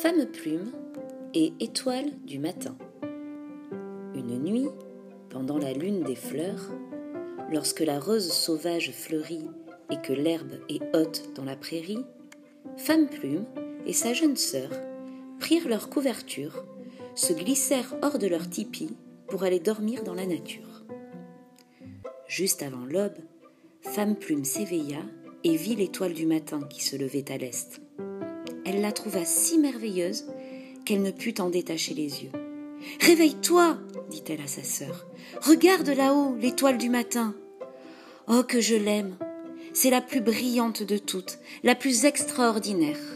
Femme plume et étoile du matin. Une nuit, pendant la lune des fleurs, lorsque la rose sauvage fleurit et que l'herbe est haute dans la prairie, Femme plume et sa jeune sœur prirent leur couverture, se glissèrent hors de leur tipi pour aller dormir dans la nature. Juste avant l'aube, Femme plume s'éveilla et vit l'étoile du matin qui se levait à l'est. Elle la trouva si merveilleuse qu'elle ne put en détacher les yeux. « Réveille-toi » dit-elle à sa sœur. « Regarde là-haut l'étoile du matin. Oh, que je l'aime. C'est la plus brillante de toutes, la plus extraordinaire.